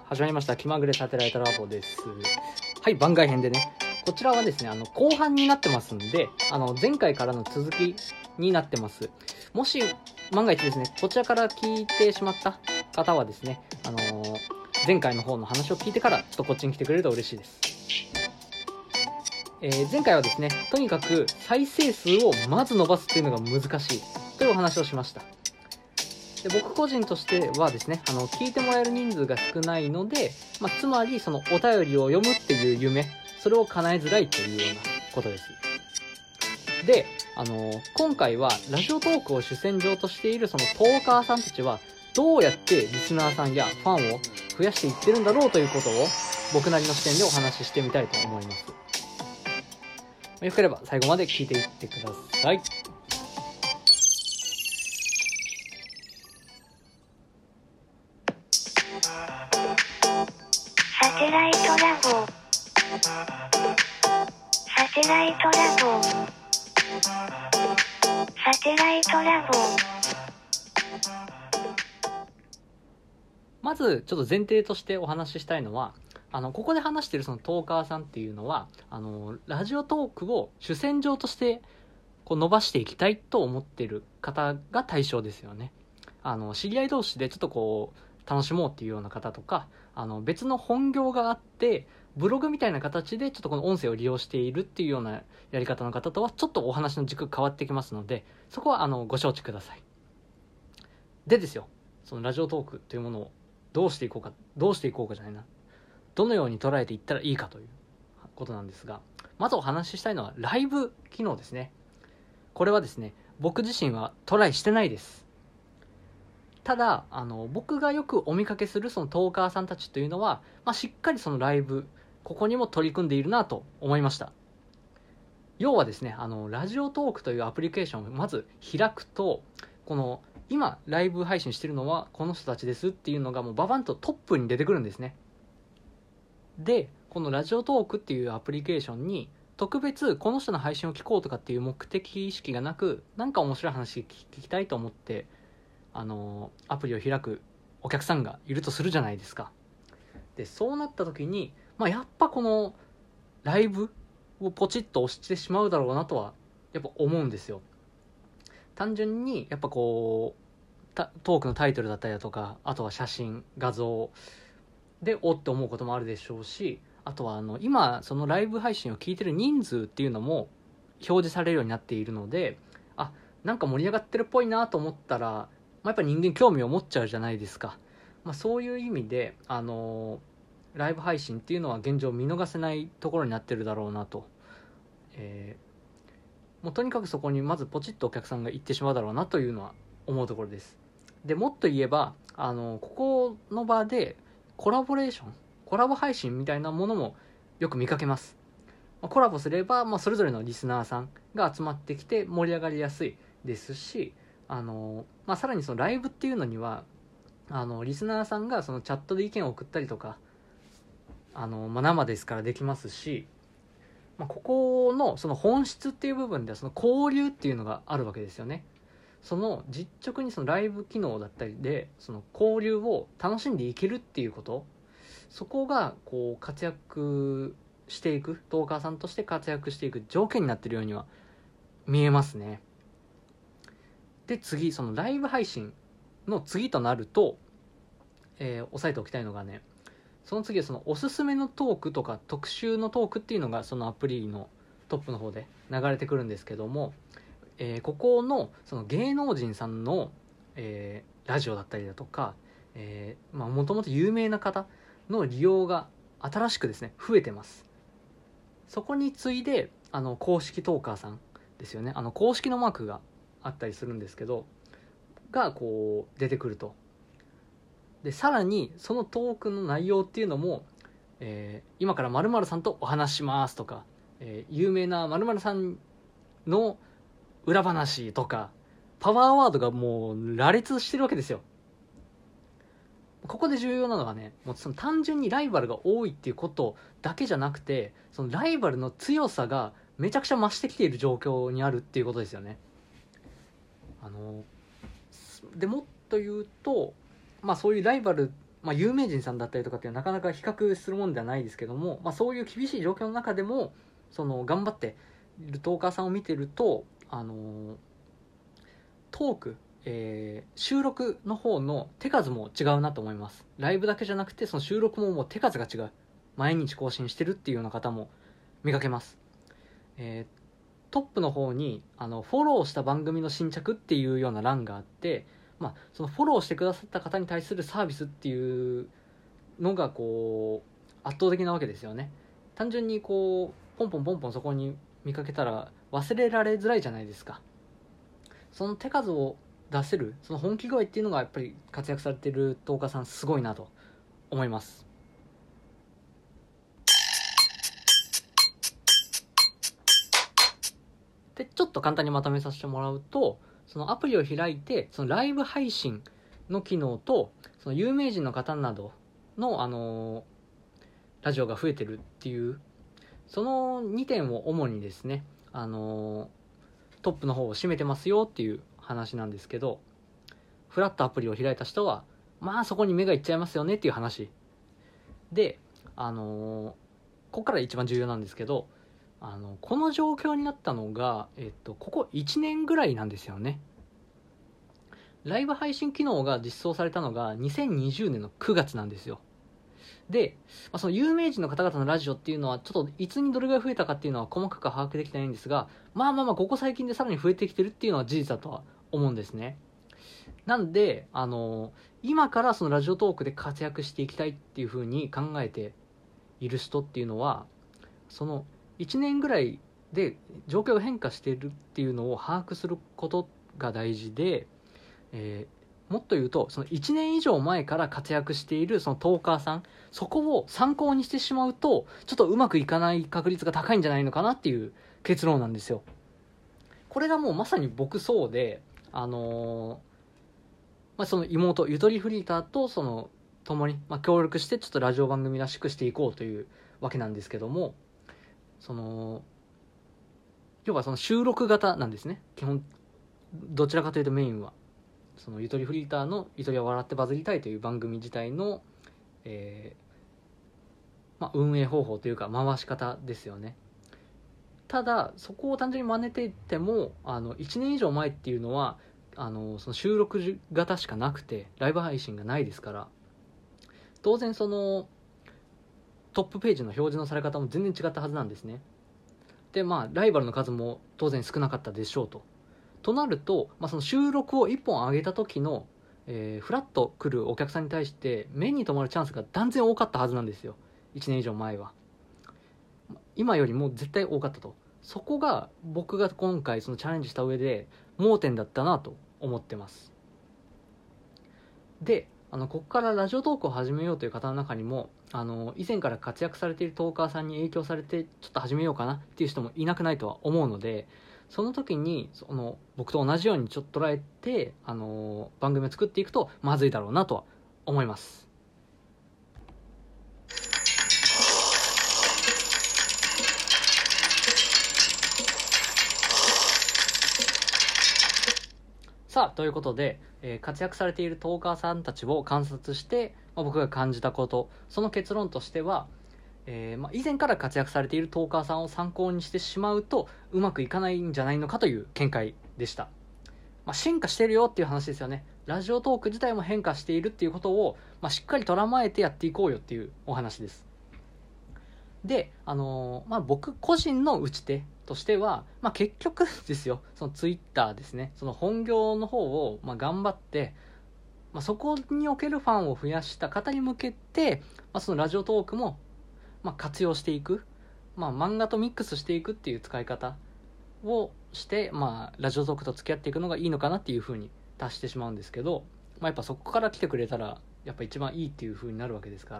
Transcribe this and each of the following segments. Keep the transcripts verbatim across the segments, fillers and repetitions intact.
始まりました気まぐれサテライトラボです。はい、番外編でね、こちらはですね、あの後半になってますんで、あの前回からの続きになってます。もし万が一ですね、こちらから聞いてしまった方はですね、あのー、前回の方の話を聞いてからちょっとこっちに来てくれると嬉しいです。えー、前回はですね、とにかく再生数をまず伸ばすっていうのが難しいというお話をしました。で僕個人としてはですね、あの聞いてもらえる人数が少ないので、まあ、つまりそのお便りを読むっていう夢、それを叶えづらいというようなことです。で、あの今回はラジオトークを主戦場としているそのトーカーさんたちはどうやってリスナーさんやファンを増やしていってるんだろうということを僕なりの視点でお話ししてみたいと思います。よければ最後まで聞いていってください。 サテライトラボサテライトラボサテライトラボまずちょっと前提としてお話ししたいのは、あのここで話しているそのトーカーさんっていうのは、あのラジオトークを主戦場としてこう伸ばしていきたいと思っている方が対象ですよね。あの知り合い同士でちょっとこう楽しもうっていうような方とか、あの別の本業があってブログみたいな形でちょっとこの音声を利用しているっていうようなやり方の方とはちょっとお話の軸変わってきますので、そこはあのご承知ください。でですよ、そのラジオトークというものをどうしていこうかどうしていこうかじゃないなどのように捉えていったらいいかということなんですが、まずお話ししたいのはライブ機能ですね。これはですね、僕自身はトライしてないです。ただあの僕がよくお見かけするそのトーカーさんたちというのは、まあ、しっかりそのライブここにも取り組んでいるなと思いました。要はですね、あのラジオトークというアプリケーションをまず開くと、この今ライブ配信してるのはこの人たちですっていうのがもうババンとトップに出てくるんですね。でこのラジオトークっていうアプリケーションに特別この人の配信を聞こうとかっていう目的意識がなく、なんか面白い話聞きたいと思ってあのアプリを開くお客さんがいるとするじゃないですか。でそうなった時に、まあ、やっぱこのライブをポチッと押してしまうだろうなとはやっぱ思うんですよ。単純にやっぱこうトークのタイトルだったりだとか、あとは写真画像でおって思うこともあるでしょうし、あとはあの今そのライブ配信を聞いてる人数っていうのも表示されるようになっているので、あ、なんか盛り上がってるっぽいなと思ったら、まあ、やっぱ人間興味を持っちゃうじゃないですか。まあ、そういう意味であのライブ配信っていうのは現状見逃せないところになってるだろうなと、えー、もうとにかくそこにまずポチッとお客さんが行ってしまうだろうなというのは思うところです。でもっと言えばあのここの場でコラボレーションコラボ配信みたいなものもよく見かけます。コラボすれば、まあ、それぞれのリスナーさんが集まってきて盛り上がりやすいですし、あの、まあ、さらにそのライブっていうのにはあのリスナーさんがそのチャットで意見を送ったりとか、あの、まあ、生ですからできますし、まあ、ここのその本質っていう部分ではその交流っていうのがあるわけですよね。その実直にそのライブ機能だったりでその交流を楽しんでいけるっていうこと、そこがこう活躍していくトーカーさんとして活躍していく条件になっているようには見えますね。で次、そのライブ配信の次となると、えー、押さえておきたいのがね、その次はそのおすすめのトークとか特集のトークっていうのがそのアプリのトップの方で流れてくるんですけども、えー、ここのその芸能人さんの、えー、ラジオだったりだとか、えー、まあもともと有名な方の利用が新しくですね増えてます。そこに次いであの公式トーカーさんですよね、あの公式のマークがあったりするんですけどがこう出てくると。でさらにそのトークの内容っていうのも、えー、今から〇〇さんとお話ししますとか、えー、有名な〇〇さんの裏話とかパワーワードがもう羅列してるわけですよ。ここで重要なのはね、もうその単純にライバルが多いっていうことだけじゃなくて、そのライバルの強さがめちゃくちゃ増してきている状況にあるっていうことですよね。あのでもっと言うと、まあそういうライバルまあ、有名人さんだったりとかっていうのはなかなか比較するもんではないですけども、まあ、そういう厳しい状況の中でもその頑張っているトーカーさんを見てると、あのトーク、えー収録の方の手数も違うなと思います。ライブだけじゃなくてその収録ももう手数が違う、毎日更新してるっていうような方も見かけます。えートップの方にあのフォローした番組の新着っていうような欄があって、まあ、そのフォローしてくださった方に対するサービスっていうのがこう圧倒的なわけですよね。単純にこうポンポンポンポンそこに見かけたら忘れられづらいじゃないですか。その手数を出せるその本気具合っていうのがやっぱり活躍されているトーカーさんすごいなと思います。でちょっと簡単にまとめさせてもらうと、そのアプリを開いてそのライブ配信の機能とその有名人の方などの、あのーラジオが増えてるっていうそのにてんを主にですね、あのートップの方を占めてますよっていう話なんですけど、フラットアプリを開いた人はまあそこに目がいっちゃいますよねっていう話で、あのーここから一番重要なんですけど、あのこの状況になったのが、えっと、ここいちねんぐらいなんですよね。ライブ配信機能が実装されたのがにせんにじゅうねんのくがつなんですよ。で、まあ、その有名人の方々のラジオっていうのはちょっといつにどれぐらい増えたかっていうのは細かく把握できてないんですが、まあまあまあここ最近でさらに増えてきてるっていうのは事実だとは思うんですね。なんであの今からそのラジオトークで活躍していきたいっていう風に考えている人っていうのは、そのいちねんぐらいで状況が変化しているっていうのを把握することが大事で、えーもっと言うとそのいちねん以上前から活躍しているそのトーカーさん、そこを参考にしてしまうとちょっとうまくいかない確率が高いんじゃないのかなっていう結論なんですよ。これがもうまさに僕そうで、あのーまあ、その妹ゆとりフリーターとその共に、まあ、協力してちょっとラジオ番組らしくしていこうというわけなんですけども、その要はその収録型なんですね。基本どちらかというとメインはそのゆとりフリーターのゆとりは笑ってバズりたいという番組自体の、えーまあ、運営方法というか回し方ですよね。ただそこを単純に真似ていってもあのいちねん以上前っていうのはあのその収録型しかなくてライブ配信がないですから、当然そのトップページの表示のされ方も全然違ったはずなんですね。でまあライバルの数も当然少なかったでしょうと。となると、まあ、その収録をいっぽん上げた時の、えーフラッと来るお客さんに対して目に留まるチャンスが断然多かったはずなんですよ。いちねん以上前は今よりも絶対多かったと。そこが僕が今回そのチャレンジした上で盲点だったなと思ってます。であのここからラジオトークを始めようという方の中にもあの以前から活躍されているトーカーさんに影響されてちょっと始めようかなっていう人もいなくないとは思うので、その時にその僕と同じようにちょっと捉えてあの番組を作っていくとまずいだろうなとは思います。さあということで、えー活躍されているトーカーさんたちを観察して、まあ、僕が感じたこと、その結論としては、えーまあ、以前から活躍されているトーカーさんを参考にしてしまうとうまくいかないんじゃないのかという見解でした。まあ、進化してるよっていう話ですよね。ラジオトーク自体も変化しているっていうことを、まあ、しっかり捉まえてやっていこうよっていうお話です。で、あのーまあ、僕個人の打ち手としては、まあ、結局ですよ、そのツイッターですね、その本業の方をまあ頑張って、まあ、そこにおけるファンを増やした方に向けて、まあ、そのラジオトークもまあ活用していく、まあ、漫画とミックスしていくっていう使い方をして、まあ、ラジオトークと付き合っていくのがいいのかなっていうふうに達してしまうんですけど、まあ、やっぱそこから来てくれたらやっぱ一番いいっていうふうになるわけですから、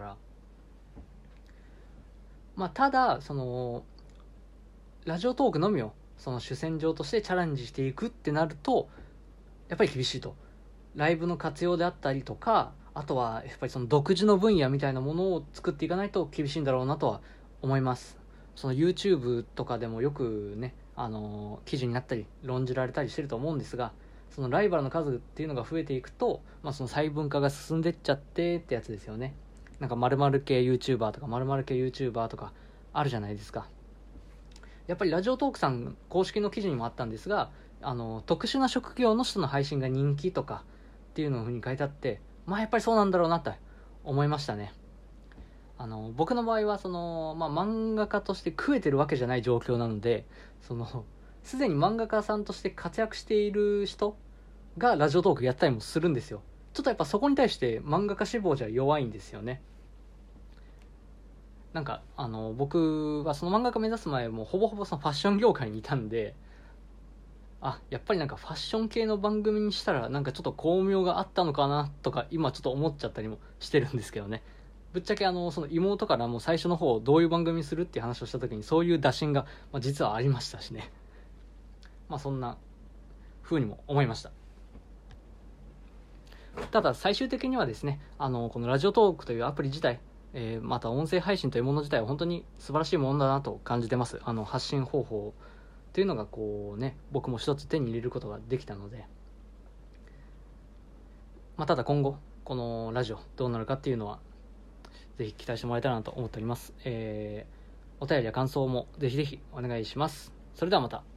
まあ、ただそのラジオトークのみをその主戦場としてチャレンジしていくってなるとやっぱり厳しいと。ライブの活用であったりとか、あとはやっぱりその独自の分野みたいなものを作っていかないと厳しいんだろうなとは思います。その YouTube とかでもよくね、あの記事になったり論じられたりしてると思うんですが、 そのライバルの数っていうのが増えていくと、まあ、その細分化が進んでっちゃってってやつですよね。なんか〇〇系 YouTuber とか〇〇系 YouTuber とかあるじゃないですか。やっぱりラジオトークさん公式の記事にもあったんですが、あの特殊な職業の人の配信が人気とかっていうのをふうに書いてあって、まあやっぱりそうなんだろうなと思いましたね。あの僕の場合はその、まあ、漫画家として食えてるわけじゃない状況なので、そのすでに漫画家さんとして活躍している人がラジオトークやったりもするんですよ。ちょっとやっぱそこに対して漫画家志望じゃ弱いんですよね。なんかあの僕はその漫画家目指す前もほぼほぼそのファッション業界にいたんで、あやっぱりなんかファッション系の番組にしたらなんかちょっと巧妙があったのかなとか今ちょっと思っちゃったりもしてるんですけどね。ぶっちゃけあのその妹からも最初の方どういう番組にするっていう話をした時にそういう打診が、まあ、実はありましたしね。まあそんな風にも思いました。ただ最終的にはですね、あのこのラジオトークというアプリ自体、えー、また音声配信というもの自体は本当に素晴らしいものだなと感じてます。あの発信方法というのがこうね、僕も一つ手に入れることができたので、まあ、ただ今後このラジオどうなるかっていうのはぜひ期待してもらえたらなと思っております。えー、お便りや感想もぜひぜひお願いします。それではまた。